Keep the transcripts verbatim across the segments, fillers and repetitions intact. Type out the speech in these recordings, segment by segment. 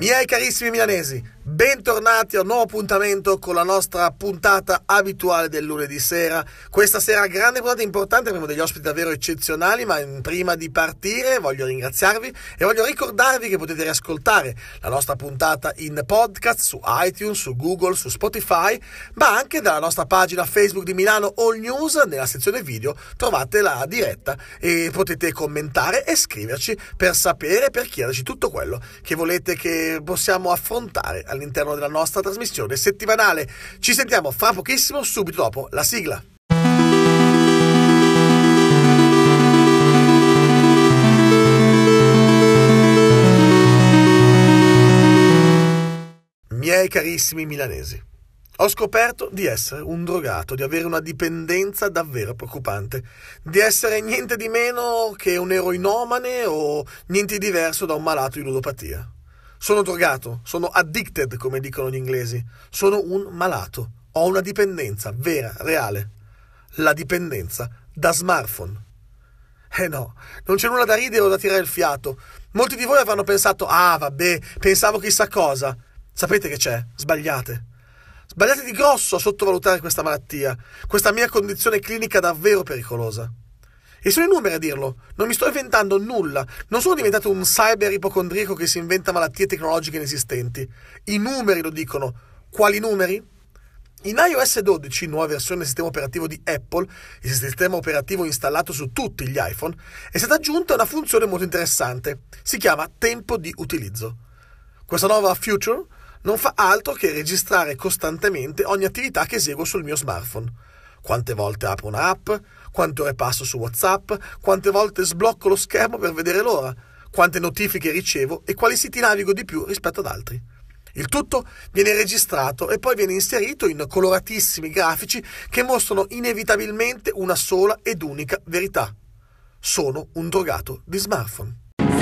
Miei carissimi milanesi, bentornati a un nuovo appuntamento con la nostra puntata abituale del lunedì sera. Questa sera grande puntata importante, abbiamo degli ospiti davvero eccezionali, ma prima di partire voglio ringraziarvi e voglio ricordarvi che potete riascoltare la nostra puntata in podcast su iTunes, su Google, su Spotify, ma anche dalla nostra pagina Facebook di Milano All News. Nella sezione video trovate la diretta e potete commentare e scriverci per sapere, per chiederci tutto quello che volete che possiamo affrontare all'interno della nostra trasmissione settimanale. Ci sentiamo fra pochissimo, subito dopo la sigla. Miei carissimi milanesi, ho scoperto di essere un drogato, di avere una dipendenza davvero preoccupante, di essere niente di meno che un eroinomane o niente di diverso da un malato di ludopatia. Sono drogato, sono addicted, come dicono gli inglesi. Sono un malato. Ho una dipendenza vera, reale. La dipendenza da smartphone. Eh no, non c'è nulla da ridere o da tirare il fiato. Molti di voi avranno pensato, ah vabbè, pensavo chissà cosa. Sapete che c'è? Sbagliate. Sbagliate di grosso a sottovalutare questa malattia, questa mia condizione clinica davvero pericolosa. E sono i numeri a dirlo, non mi sto inventando nulla, non sono diventato un cyber ipocondriaco che si inventa malattie tecnologiche inesistenti. I numeri lo dicono. Quali numeri? In iOS dodici, nuova versione del sistema operativo di Apple, il sistema operativo installato su tutti gli iPhone, è stata aggiunta una funzione molto interessante. Si chiama tempo di utilizzo. Questa nuova feature non fa altro che registrare costantemente ogni attività che eseguo sul mio smartphone. Quante volte apro un'app, quante ore passo su WhatsApp, quante volte sblocco lo schermo per vedere l'ora, quante notifiche ricevo e quali siti navigo di più rispetto ad altri. Il tutto viene registrato e poi viene inserito in coloratissimi grafici che mostrano inevitabilmente una sola ed unica verità. Sono un drogato di smartphone.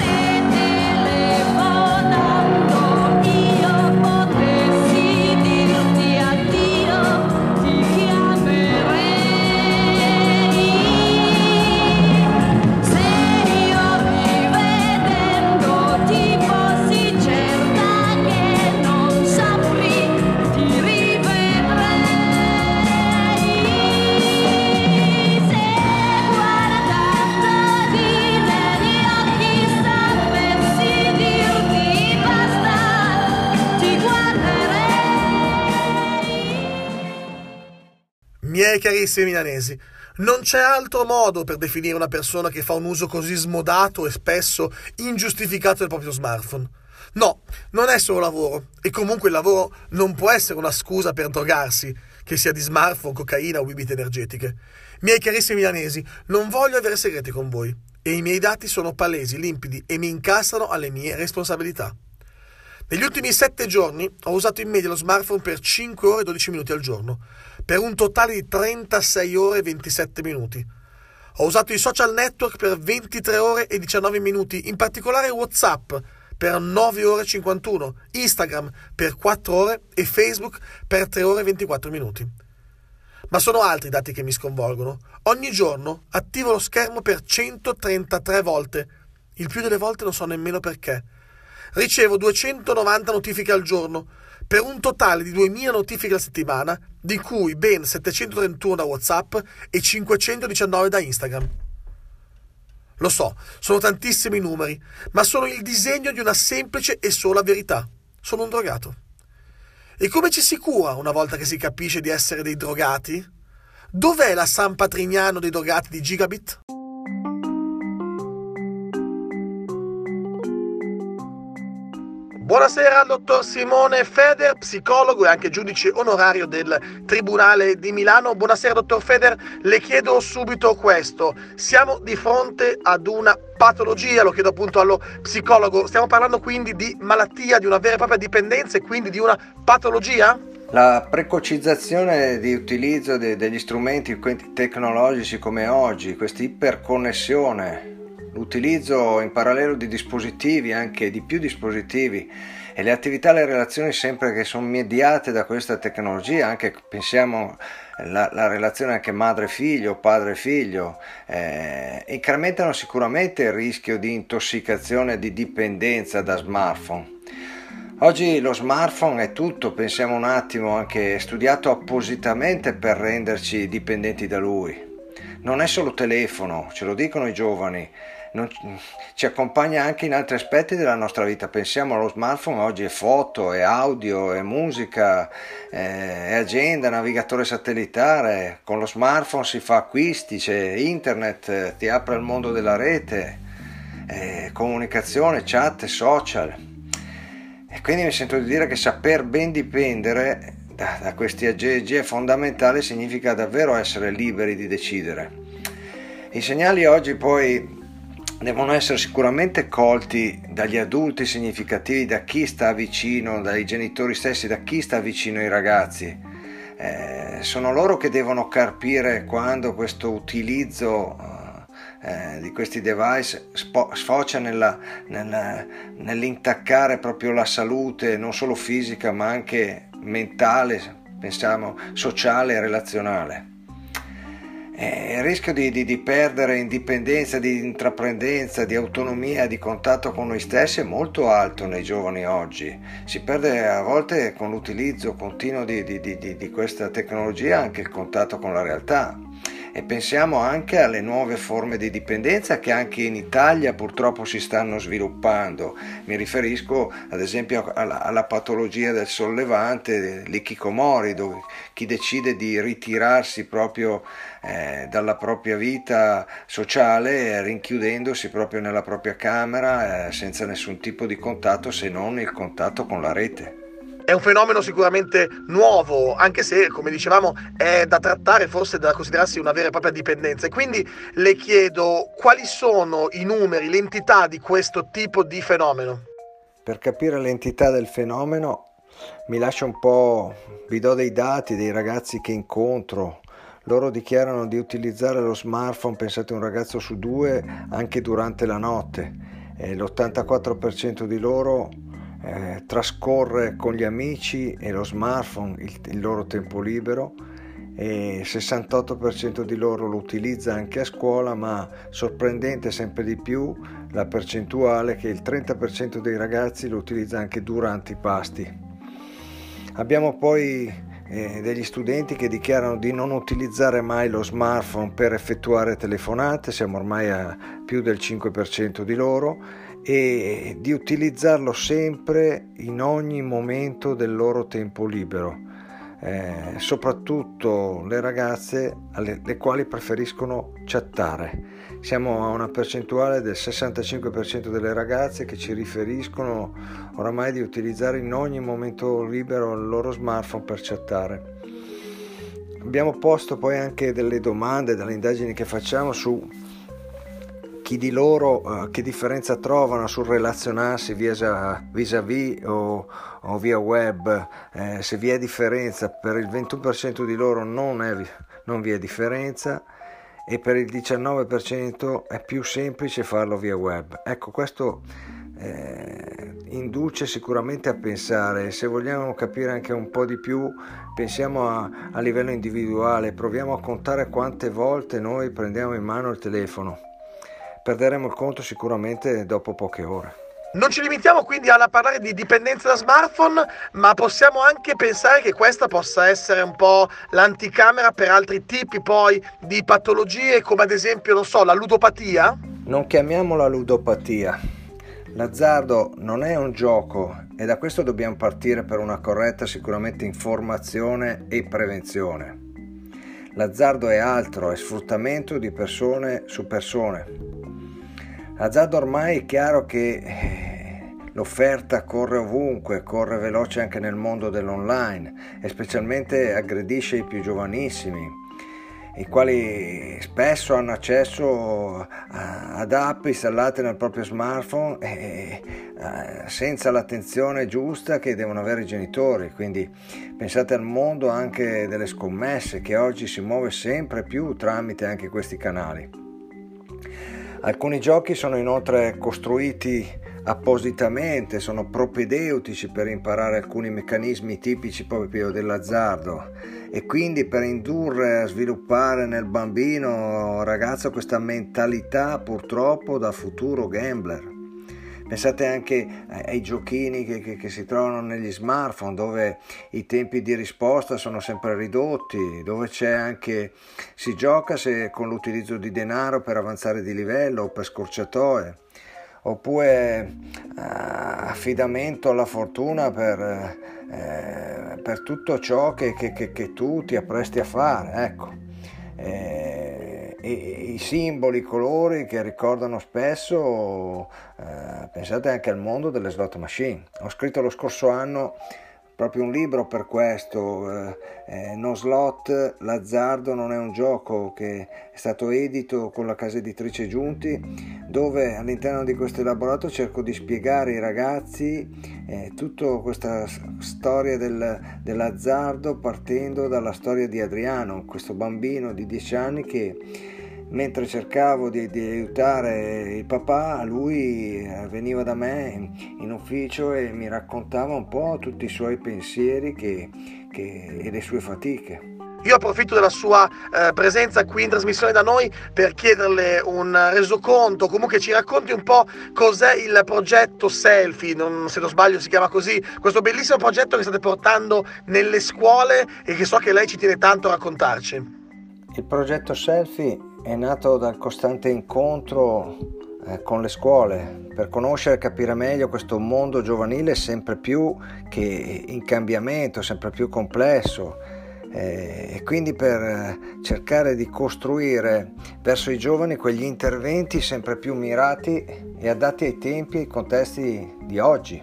Miei carissimi milanesi, non c'è altro modo per definire una persona che fa un uso così smodato e spesso ingiustificato del proprio smartphone. No, non è solo lavoro, e comunque il lavoro non può essere una scusa per drogarsi, che sia di smartphone, cocaina o bibite energetiche. Miei carissimi milanesi, non voglio avere segreti con voi, e i miei dati sono palesi, limpidi e mi incastrano alle mie responsabilità. Negli ultimi sette giorni ho usato in media lo smartphone per cinque ore e dodici minuti al giorno, per un totale di trentasei ore e ventisette minuti. Ho usato i social network per ventitré ore e diciannove minuti, in particolare WhatsApp per nove ore e cinquantuno, Instagram per quattro ore e Facebook per tre ore e ventiquattro minuti. Ma sono altri dati che mi sconvolgono. Ogni giorno attivo lo schermo per centotrentatré volte. Il più delle volte non so nemmeno perché. Ricevo duecentonovanta notifiche al giorno, per un totale di duemila notifiche alla settimana, di cui ben settecentotrentuno da WhatsApp e cinquecentodiciannove da Instagram. Lo so, sono tantissimi numeri, ma sono il disegno di una semplice e sola verità. Sono un drogato. E come ci si cura una volta che si capisce di essere dei drogati? Dov'è la San Patrignano dei drogati di Gigabit? Buonasera al dottor Simone Feder, psicologo e anche giudice onorario del Tribunale di Milano. Buonasera dottor Feder, le chiedo subito questo. Siamo di fronte ad una patologia, lo chiedo appunto allo psicologo. Stiamo parlando quindi di malattia, di una vera e propria dipendenza e quindi di una patologia? La precocizzazione di utilizzo de- degli strumenti tecnologici come oggi, questa iperconnessione, l'utilizzo in parallelo di dispositivi, anche di più dispositivi, e le attività e le relazioni sempre che sono mediate da questa tecnologia, anche pensiamo la, la relazione anche madre-figlio, padre-figlio, eh, incrementano sicuramente il rischio di intossicazione, di dipendenza da smartphone. Oggi lo smartphone è tutto, pensiamo un attimo, anche studiato appositamente per renderci dipendenti da lui. Non è solo telefono, ce lo dicono i giovani, non, ci accompagna anche in altri aspetti della nostra vita. Pensiamo allo smartphone, oggi è foto, è audio, è musica, è agenda, navigatore satellitare. Con lo smartphone si fa acquisti, c'è internet, ti apre il mondo della rete, comunicazione, chat, social. E quindi mi sento di dire che saper ben dipendere da, da questi aggeggi è fondamentale, significa davvero essere liberi di decidere. I segnali oggi poi devono essere sicuramente colti dagli adulti significativi, da chi sta vicino, dai genitori stessi, da chi sta vicino ai ragazzi. Eh, sono loro che devono carpire quando questo utilizzo Eh, di questi device spo- sfocia nella, nella, nell'intaccare proprio la salute non solo fisica ma anche mentale, pensiamo sociale e relazionale. Eh, il rischio di, di, di perdere indipendenza, di intraprendenza, di autonomia, di contatto con noi stessi è molto alto nei giovani oggi. Si perde a volte con l'utilizzo continuo di, di, di, di questa tecnologia anche il contatto con la realtà. E pensiamo anche alle nuove forme di dipendenza che anche in Italia purtroppo si stanno sviluppando. Mi riferisco ad esempio alla, alla patologia del sollevante, l'ikikomori, dove chi decide di ritirarsi proprio eh, dalla propria vita sociale, rinchiudendosi proprio nella propria camera eh, senza nessun tipo di contatto se non il contatto con la rete. È un fenomeno sicuramente nuovo, anche se, come dicevamo, è da trattare, forse da considerarsi una vera e propria dipendenza. E quindi le chiedo quali sono i numeri, l'entità di questo tipo di fenomeno. Per capire l'entità del fenomeno mi lascio un po', vi do dei dati dei ragazzi che incontro. Loro dichiarano di utilizzare lo smartphone, pensate un ragazzo su due, anche durante la notte. E l'ottantaquattro per cento di loro Eh, trascorre con gli amici e lo smartphone il, il loro tempo libero, e il sessantotto per cento di loro lo utilizza anche a scuola, ma sorprendente sempre di più la percentuale che il trenta per cento dei ragazzi lo utilizza anche durante i pasti. Abbiamo poi eh, degli studenti che dichiarano di non utilizzare mai lo smartphone per effettuare telefonate, siamo ormai a più del cinque per cento di loro, e di utilizzarlo sempre in ogni momento del loro tempo libero, eh, soprattutto le ragazze alle, le quali preferiscono chattare. Siamo a una percentuale del sessantacinque per cento delle ragazze che ci riferiscono oramai di utilizzare in ogni momento libero il loro smartphone per chattare. Abbiamo posto poi anche delle domande dalle indagini che facciamo su chi di loro, uh, che differenza trovano sul relazionarsi via vis-à-vis o, o via web, eh, se vi è differenza. Per il ventuno per cento di loro non, è, non vi è differenza, e per il diciannove per cento è più semplice farlo via web. Ecco, questo eh, induce sicuramente a pensare. Se vogliamo capire anche un po' di più, pensiamo a, a livello individuale, proviamo a contare quante volte noi prendiamo in mano il telefono. Perderemo il conto sicuramente dopo poche ore. Non ci limitiamo quindi a parlare di dipendenza da smartphone, ma possiamo anche pensare che questa possa essere un po' l'anticamera per altri tipi poi di patologie, come ad esempio, non so, la ludopatia? Non chiamiamola ludopatia. L'azzardo non è un gioco, e da questo dobbiamo partire per una corretta sicuramente informazione e prevenzione. L'azzardo è altro, è sfruttamento di persone su persone. L'azzardo ormai è chiaro che l'offerta corre ovunque, corre veloce anche nel mondo dell'online, e specialmente aggredisce i più giovanissimi, i quali spesso hanno accesso ad app installate nel proprio smartphone e senza l'attenzione giusta che devono avere i genitori. Quindi pensate al mondo anche delle scommesse, che oggi si muove sempre più tramite anche questi canali. Alcuni giochi sono inoltre costruiti appositamente, sono propedeutici per imparare alcuni meccanismi tipici proprio dell'azzardo, e quindi per indurre a sviluppare nel bambino ragazzo questa mentalità purtroppo da futuro gambler. Pensate anche ai giochini che, che, che si trovano negli smartphone, dove i tempi di risposta sono sempre ridotti, dove c'è anche, si gioca se, con l'utilizzo di denaro per avanzare di livello o per scorciatoie, oppure eh, affidamento alla fortuna per, eh, per tutto ciò che, che, che, che tu ti appresti a fare, ecco. Eh, e, i simboli, i colori che ricordano spesso, eh, pensate anche al mondo delle slot machine. Ho scritto lo scorso anno proprio un libro per questo, eh, eh, No Slot, l'azzardo non è un gioco, che è stato edito con la casa editrice Giunti, dove all'interno di questo elaborato cerco di spiegare ai ragazzi eh, tutta questa storia del, dell'azzardo, partendo dalla storia di Adriano, questo bambino di dieci anni che, mentre cercavo di, di aiutare il papà, lui veniva da me in ufficio e mi raccontava un po' tutti i suoi pensieri che, che, e le sue fatiche. Io approfitto della sua eh, presenza qui in trasmissione da noi per chiederle un resoconto, comunque ci racconti un po' cos'è il progetto Selfie, non, se non sbaglio si chiama così, questo bellissimo progetto che state portando nelle scuole e che so che lei ci tiene tanto a raccontarci. Il progetto Selfie è nato dal costante incontro eh, con le scuole per conoscere e capire meglio questo mondo giovanile sempre più che in cambiamento, sempre più complesso, eh, e quindi per cercare di costruire verso i giovani quegli interventi sempre più mirati e adatti ai tempi e ai contesti di oggi.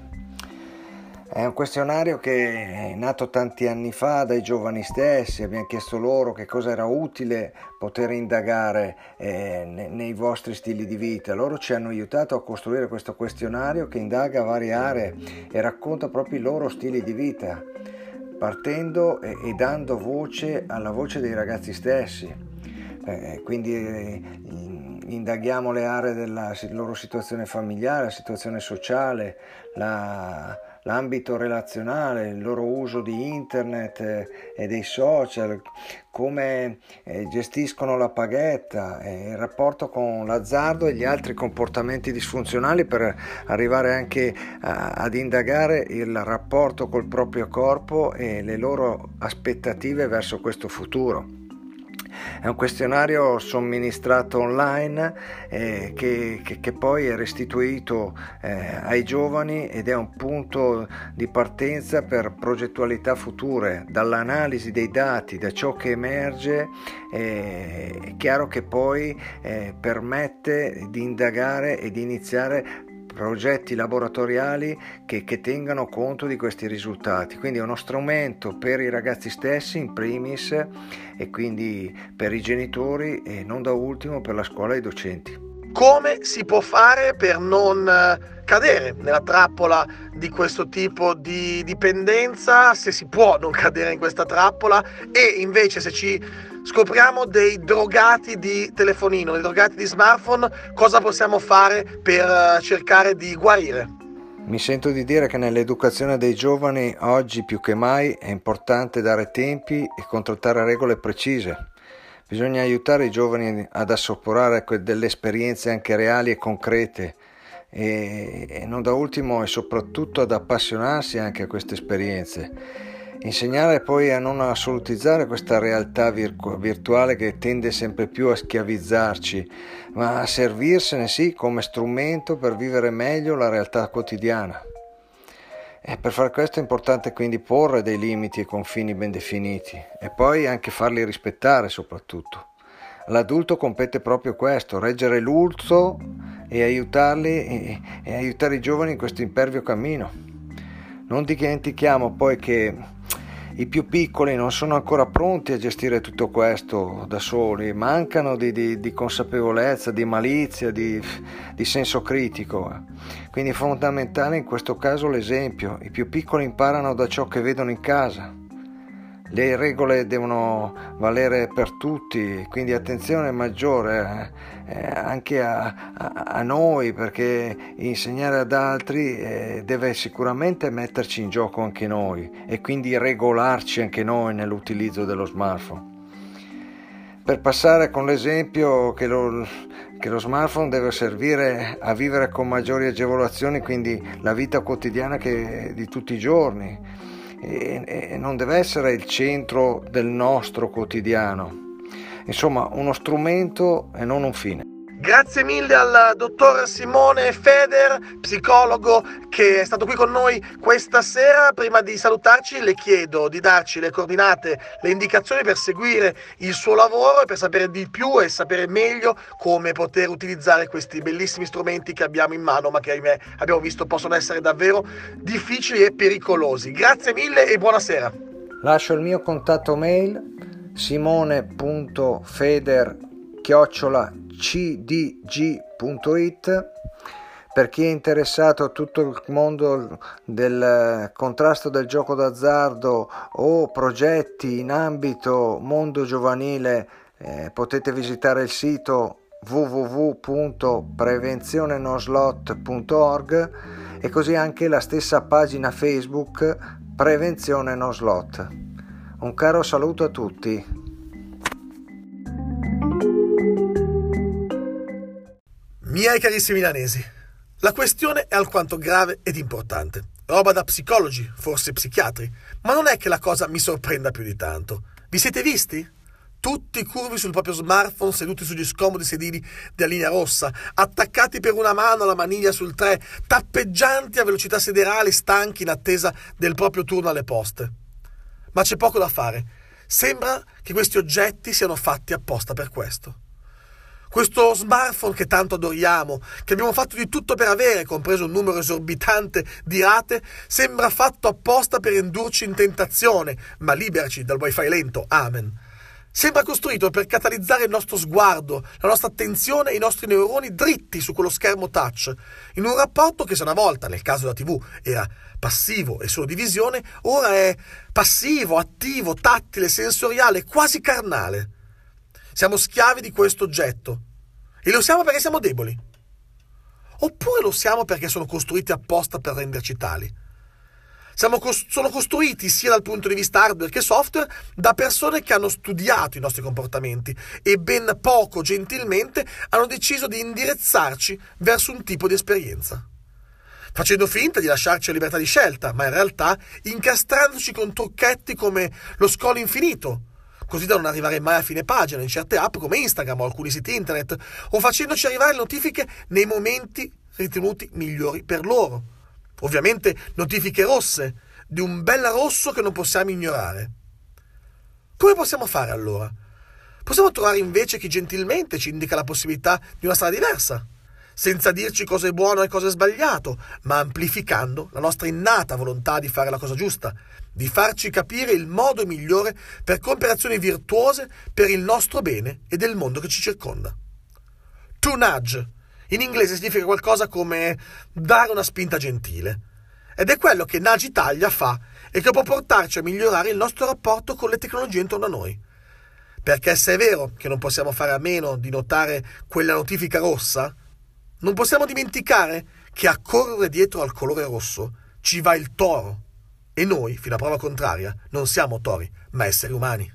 È un questionario che è nato tanti anni fa dai giovani stessi. Abbiamo chiesto loro che cosa era utile poter indagare eh, nei vostri stili di vita. Loro ci hanno aiutato a costruire questo questionario che indaga varie aree e racconta proprio i loro stili di vita, partendo e, e dando voce alla voce dei ragazzi stessi. Eh, quindi eh, indaghiamo le aree della loro situazione familiare, la situazione sociale, la l'ambito relazionale, il loro uso di internet eh, e dei social, come eh, gestiscono la paghetta, eh, il rapporto con l'azzardo e gli altri comportamenti disfunzionali, per arrivare anche a, ad indagare il rapporto col proprio corpo e le loro aspettative verso questo futuro. È un questionario somministrato online eh, che, che, che poi è restituito eh, ai giovani ed è un punto di partenza per progettualità future. Dall'analisi dei dati, da ciò che emerge, eh, è chiaro che poi eh, permette di indagare e di iniziare progetti laboratoriali che, che tengano conto di questi risultati. Quindi è uno strumento per i ragazzi stessi in primis, e quindi per i genitori, e non da ultimo per la scuola e i docenti. Come si può fare per non cadere nella trappola di questo tipo di dipendenza, se si può non cadere in questa trappola, e invece se ci scopriamo dei drogati di telefonino, dei drogati di smartphone, cosa possiamo fare per cercare di guarire? Mi sento di dire che nell'educazione dei giovani oggi più che mai è importante dare tempi e contrattare regole precise. Bisogna aiutare i giovani ad assaporare delle esperienze anche reali e concrete, e, e non da ultimo e soprattutto ad appassionarsi anche a queste esperienze. Insegnare poi a non assolutizzare questa realtà virtu- virtuale che tende sempre più a schiavizzarci, ma a servirsene sì come strumento per vivere meglio la realtà quotidiana. E per fare questo è importante quindi porre dei limiti e confini ben definiti, e poi anche farli rispettare soprattutto. All'adulto compete proprio questo, reggere l'urto e aiutarli e, e aiutare i giovani in questo impervio cammino. Non dimentichiamo poi che i più piccoli non sono ancora pronti a gestire tutto questo da soli, mancano di, di, di consapevolezza, di malizia, di, di senso critico. Quindi è fondamentale in questo caso l'esempio. I più piccoli imparano da ciò che vedono in casa. Le regole devono valere per tutti, quindi attenzione maggiore eh, anche a, a, a noi, perché insegnare ad altri eh, deve sicuramente metterci in gioco anche noi, e quindi regolarci anche noi nell'utilizzo dello smartphone. Per passare con l'esempio che lo, che lo smartphone deve servire a vivere con maggiori agevolazioni, quindi la vita quotidiana che di tutti i giorni, e, e non deve essere il centro del nostro quotidiano. Insomma, uno strumento e non un fine. Grazie mille al dottor Simone Feder, psicologo, che è stato qui con noi questa sera. Prima di salutarci le chiedo di darci le coordinate, le indicazioni per seguire il suo lavoro e per sapere di più e sapere meglio come poter utilizzare questi bellissimi strumenti che abbiamo in mano, ma che ahimè abbiamo visto possono essere davvero difficili e pericolosi. Grazie mille e buonasera. Lascio il mio contatto mail simone punto feder chiocciola c d g punto it per chi è interessato a tutto il mondo del contrasto del gioco d'azzardo o progetti in ambito mondo giovanile. Eh, potete visitare il sito w w w punto prevenzione no slot punto org e così anche la stessa pagina Facebook Prevenzione No Slot. Un caro saluto a tutti. Miei carissimi milanesi, la questione è alquanto grave ed importante. Roba da psicologi, forse psichiatri, ma non è che la cosa mi sorprenda più di tanto. Vi siete visti? Tutti curvi sul proprio smartphone, seduti sugli scomodi sedili della linea rossa, attaccati per una mano alla maniglia sul tre, tappeggianti a velocità siderali, stanchi in attesa del proprio turno alle poste. Ma c'è poco da fare. Sembra che questi oggetti siano fatti apposta per questo. Questo smartphone che tanto adoriamo, che abbiamo fatto di tutto per avere, compreso un numero esorbitante di rate, sembra fatto apposta per indurci in tentazione, ma liberaci dal wifi lento, amen. Sembra costruito per catalizzare il nostro sguardo, la nostra attenzione e i nostri neuroni dritti su quello schermo touch, in un rapporto che se una volta, nel caso della tivù, era passivo e solo di visione, ora è passivo, attivo, tattile, sensoriale, quasi carnale. Siamo schiavi di questo oggetto. E lo siamo perché siamo deboli? Oppure lo siamo perché sono costruiti apposta per renderci tali? Siamo cos- sono costruiti sia dal punto di vista hardware che software da persone che hanno studiato i nostri comportamenti e ben poco gentilmente hanno deciso di indirizzarci verso un tipo di esperienza. Facendo finta di lasciarci la libertà di scelta, ma in realtà incastrandoci con trucchetti come lo scroll infinito, così da non arrivare mai a fine pagina in certe app come Instagram o alcuni siti internet, o facendoci arrivare le notifiche nei momenti ritenuti migliori per loro. Ovviamente notifiche rosse, di un bel rosso che non possiamo ignorare. Come possiamo fare allora? Possiamo trovare invece chi gentilmente ci indica la possibilità di una strada diversa, senza dirci cosa è buono e cosa è sbagliato, ma amplificando la nostra innata volontà di fare la cosa giusta, di farci capire il modo migliore per compiere azioni virtuose per il nostro bene e del mondo che ci circonda. To nudge, in inglese significa qualcosa come dare una spinta gentile, ed è quello che Nudge Italia fa e che può portarci a migliorare il nostro rapporto con le tecnologie intorno a noi. Perché se è vero che non possiamo fare a meno di notare quella notifica rossa, non possiamo dimenticare che a correre dietro al colore rosso ci va il toro. E noi, fino a prova contraria, non siamo tori, ma esseri umani.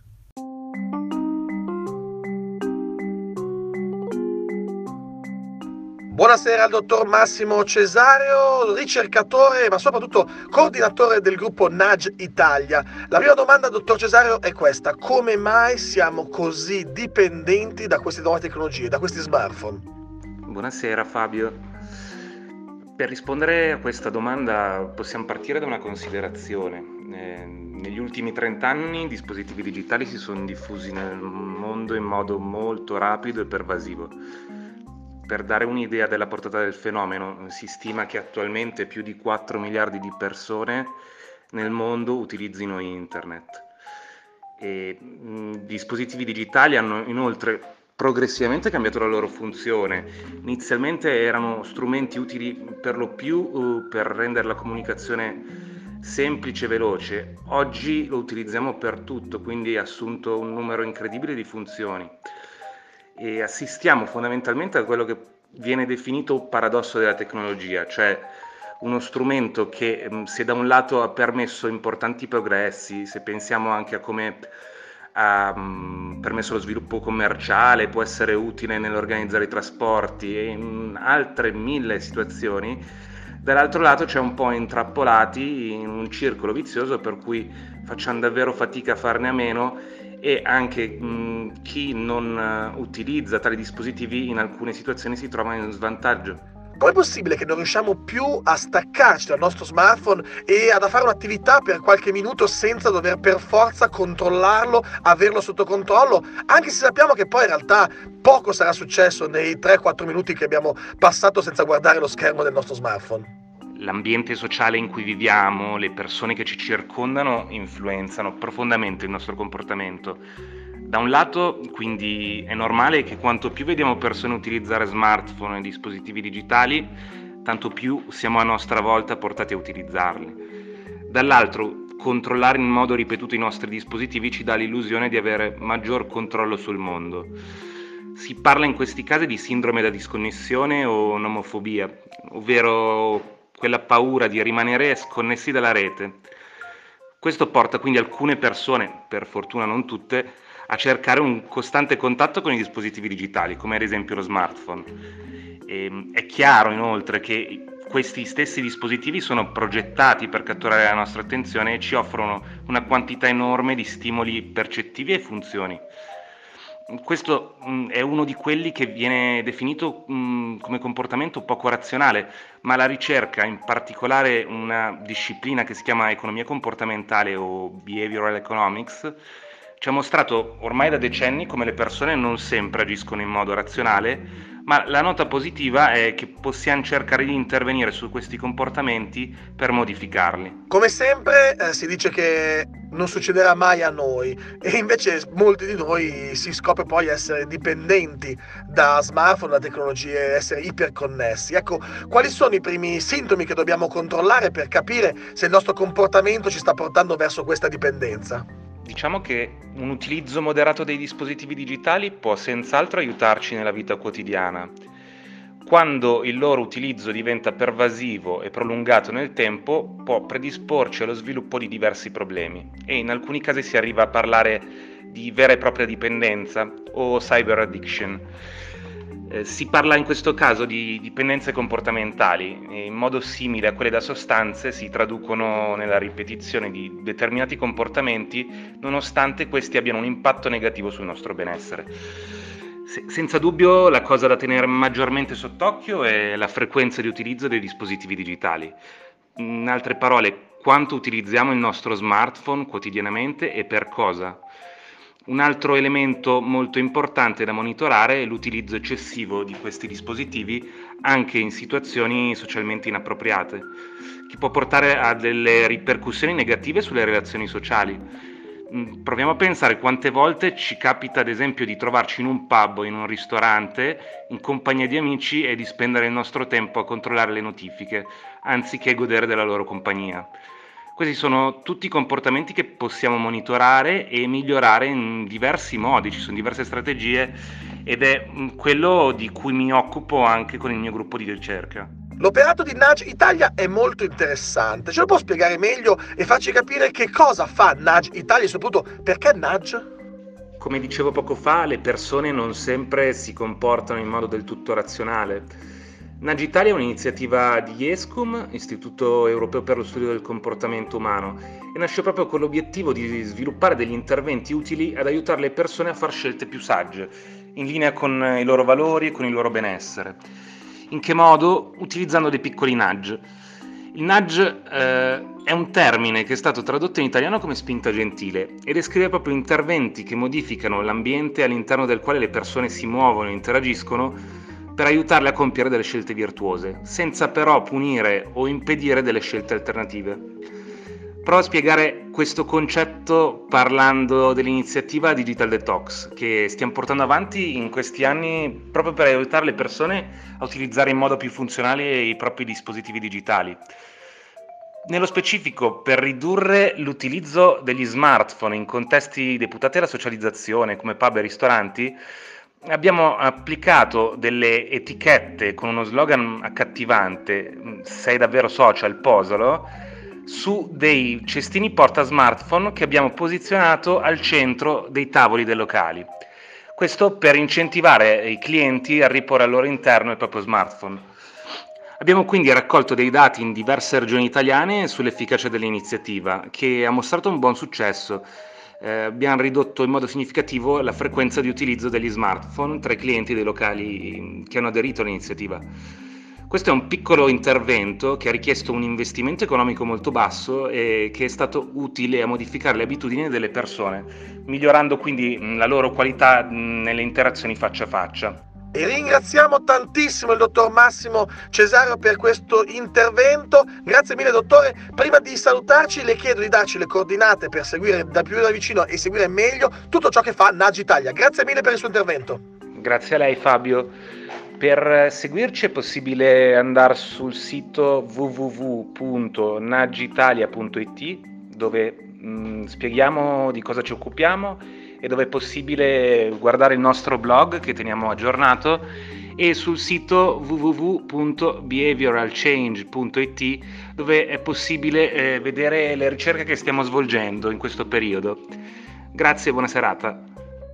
Buonasera al dottor Massimo Cesario, ricercatore ma soprattutto coordinatore del gruppo Nudge Italia. La prima domanda, dottor Cesario, è questa: come mai siamo così dipendenti da queste nuove tecnologie, da questi smartphone? Buonasera Fabio. Per rispondere a questa domanda possiamo partire da una considerazione. Eh, negli ultimi trent'anni i dispositivi digitali si sono diffusi nel mondo in modo molto rapido e pervasivo. Per dare un'idea della portata del fenomeno, si stima che attualmente più di quattro miliardi di persone nel mondo utilizzino internet. E, mh, dispositivi digitali hanno inoltre progressivamente cambiato la loro funzione. Inizialmente erano strumenti utili per lo più uh, per rendere la comunicazione semplice e veloce. Oggi lo utilizziamo per tutto, quindi ha assunto un numero incredibile di funzioni. E assistiamo fondamentalmente a quello che viene definito paradosso della tecnologia, cioè uno strumento che se da un lato ha permesso importanti progressi, se pensiamo anche a come ha mh, permesso lo sviluppo commerciale, può essere utile nell'organizzare i trasporti e in altre mille situazioni, dall'altro lato c'è un po' intrappolati in un circolo vizioso per cui facciamo davvero fatica a farne a meno, e anche mh, chi non uh, utilizza tali dispositivi in alcune situazioni si trova in svantaggio. Com'è possibile che non riusciamo più a staccarci dal nostro smartphone e ad fare un'attività per qualche minuto senza dover per forza controllarlo, averlo sotto controllo, anche se sappiamo che poi in realtà poco sarà successo nei tre quattro minuti che abbiamo passato senza guardare lo schermo del nostro smartphone? L'ambiente sociale in cui viviamo, le persone che ci circondano influenzano profondamente il nostro comportamento. Da un lato, quindi, è normale che quanto più vediamo persone utilizzare smartphone e dispositivi digitali, tanto più siamo a nostra volta portati a utilizzarli. Dall'altro, controllare in modo ripetuto i nostri dispositivi ci dà l'illusione di avere maggior controllo sul mondo. Si parla in questi casi di sindrome da disconnessione o nomofobia, ovvero quella paura di rimanere sconnessi dalla rete. Questo porta quindi alcune persone, per fortuna non tutte, a cercare un costante contatto con i dispositivi digitali, come ad esempio lo smartphone. E, è chiaro inoltre che questi stessi dispositivi sono progettati per catturare la nostra attenzione e ci offrono una quantità enorme di stimoli percettivi e funzioni. Questo mh, è uno di quelli che viene definito mh, come comportamento poco razionale, ma la ricerca, in particolare una disciplina che si chiama economia comportamentale o behavioral economics, ci ha mostrato ormai da decenni come le persone non sempre agiscono in modo razionale, ma la nota positiva è che possiamo cercare di intervenire su questi comportamenti per modificarli. Come sempre eh, si dice che non succederà mai a noi, e invece molti di noi si scopre poi essere dipendenti da smartphone, da tecnologie, essere iperconnessi. Ecco, quali sono i primi sintomi che dobbiamo controllare per capire se il nostro comportamento ci sta portando verso questa dipendenza? Diciamo che un utilizzo moderato dei dispositivi digitali può senz'altro aiutarci nella vita quotidiana. Quando il loro utilizzo diventa pervasivo e prolungato nel tempo, può predisporci allo sviluppo di diversi problemi e in alcuni casi si arriva a parlare di vera e propria dipendenza o cyber addiction. Eh, si parla in questo caso di dipendenze comportamentali e in modo simile a quelle da sostanze si traducono nella ripetizione di determinati comportamenti nonostante questi abbiano un impatto negativo sul nostro benessere. Se, senza dubbio la cosa da tenere maggiormente sott'occhio è la frequenza di utilizzo dei dispositivi digitali. In altre parole, quanto utilizziamo il nostro smartphone quotidianamente e per cosa. Un altro elemento molto importante da monitorare è l'utilizzo eccessivo di questi dispositivi anche in situazioni socialmente inappropriate, che può portare a delle ripercussioni negative sulle relazioni sociali. Proviamo a pensare quante volte ci capita ad esempio di trovarci in un pub o in un ristorante in compagnia di amici e di spendere il nostro tempo a controllare le notifiche anziché godere della loro compagnia. Questi sono tutti comportamenti che possiamo monitorare e migliorare in diversi modi, ci sono diverse strategie ed è quello di cui mi occupo anche con il mio gruppo di ricerca. L'operato di Nudge Italia è molto interessante, ce lo può spiegare meglio e farci capire che cosa fa Nudge Italia e soprattutto perché Nudge? Come dicevo poco fa, le persone non sempre si comportano in modo del tutto razionale. Nudge Italia è un'iniziativa di IESCUM, Istituto Europeo per lo Studio del Comportamento Umano, e nasce proprio con l'obiettivo di sviluppare degli interventi utili ad aiutare le persone a fare scelte più sagge, in linea con i loro valori e con il loro benessere. In che modo? Utilizzando dei piccoli nudge. Il nudge eh, è un termine che è stato tradotto in italiano come spinta gentile e descrive proprio interventi che modificano l'ambiente all'interno del quale le persone si muovono e interagiscono per aiutarle a compiere delle scelte virtuose, senza però punire o impedire delle scelte alternative. Provo a spiegare questo concetto parlando dell'iniziativa Digital Detox che stiamo portando avanti in questi anni proprio per aiutare le persone a utilizzare in modo più funzionale i propri dispositivi digitali. Nello specifico, per ridurre l'utilizzo degli smartphone in contesti deputati alla socializzazione come pub e ristoranti, abbiamo applicato delle etichette con uno slogan accattivante, sei davvero social, posalo, su dei cestini porta smartphone che abbiamo posizionato al centro dei tavoli dei locali. Questo per incentivare i clienti a riporre al loro interno il proprio smartphone. Abbiamo quindi raccolto dei dati in diverse regioni italiane sull'efficacia dell'iniziativa, che ha mostrato un buon successo. Eh, abbiamo ridotto in modo significativo la frequenza di utilizzo degli smartphone tra i clienti dei locali che hanno aderito all'iniziativa. Questo è un piccolo intervento che ha richiesto un investimento economico molto basso e che è stato utile a modificare le abitudini delle persone, migliorando quindi la loro qualità nelle interazioni faccia a faccia. E ringraziamo tantissimo il dottor Massimo Cesaro per questo intervento. Grazie mille dottore. Prima di salutarci le chiedo di darci le coordinate per seguire da più da vicino e seguire meglio tutto ciò che fa Nudge Italia. Grazie mille per il suo intervento. Grazie a lei Fabio. Per seguirci è possibile andare sul sito w w w punto nudge italia punto i t dove mh, spieghiamo di cosa ci occupiamo e dove è possibile guardare il nostro blog che teniamo aggiornato, e sul sito w w w punto behavioral change punto i t dove è possibile eh, vedere le ricerche che stiamo svolgendo in questo periodo. Grazie e buona serata.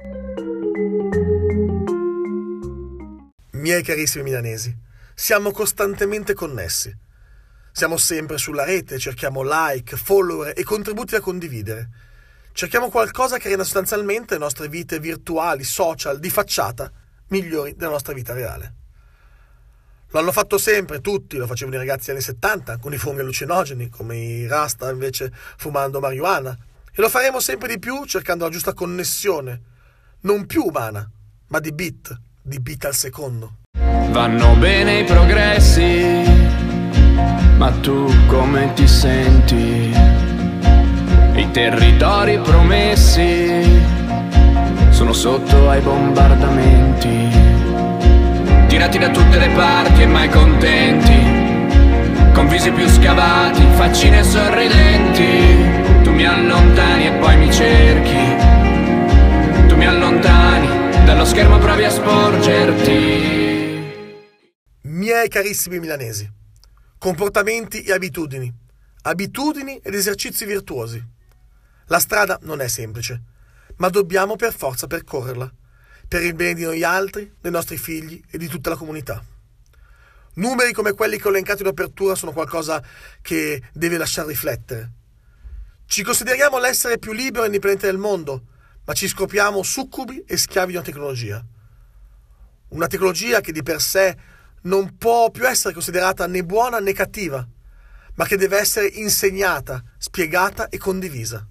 Miei carissimi milanesi, siamo costantemente connessi. Siamo sempre sulla rete, cerchiamo like, follower e contributi da condividere. Cerchiamo qualcosa che renda sostanzialmente le nostre vite virtuali, social, di facciata, migliori della nostra vita reale. Lo hanno fatto sempre, tutti, lo facevano i ragazzi anni settanta, con i funghi allucinogeni, come i Rasta invece fumando marijuana. E lo faremo sempre di più cercando la giusta connessione, non più umana, ma di bit, di bit al secondo. Vanno bene i progressi, ma tu come ti senti? I territori promessi sono sotto ai bombardamenti, tirati da tutte le parti e mai contenti, con visi più scavati, faccine sorridenti. Tu mi allontani e poi mi cerchi, tu mi allontani dallo schermo, provi a sporgerti. Miei carissimi milanesi, comportamenti e abitudini, abitudini ed esercizi virtuosi. La strada non è semplice, ma dobbiamo per forza percorrerla, per il bene di noi altri, dei nostri figli e di tutta la comunità. Numeri come quelli che ho elencato in apertura sono qualcosa che deve lasciar riflettere. Ci consideriamo l'essere più libero e indipendente del mondo, ma ci scopriamo succubi e schiavi di una tecnologia. Una tecnologia che di per sé non può più essere considerata né buona né cattiva, ma che deve essere insegnata, spiegata e condivisa.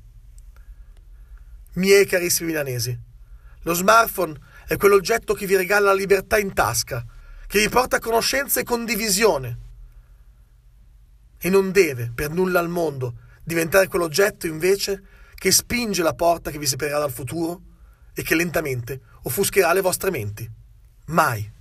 Miei carissimi milanesi, lo smartphone è quell'oggetto che vi regala la libertà in tasca, che vi porta a conoscenza e condivisione. E non deve, per nulla al mondo, diventare quell'oggetto invece che spinge la porta che vi separerà dal futuro e che lentamente offuscherà le vostre menti. Mai.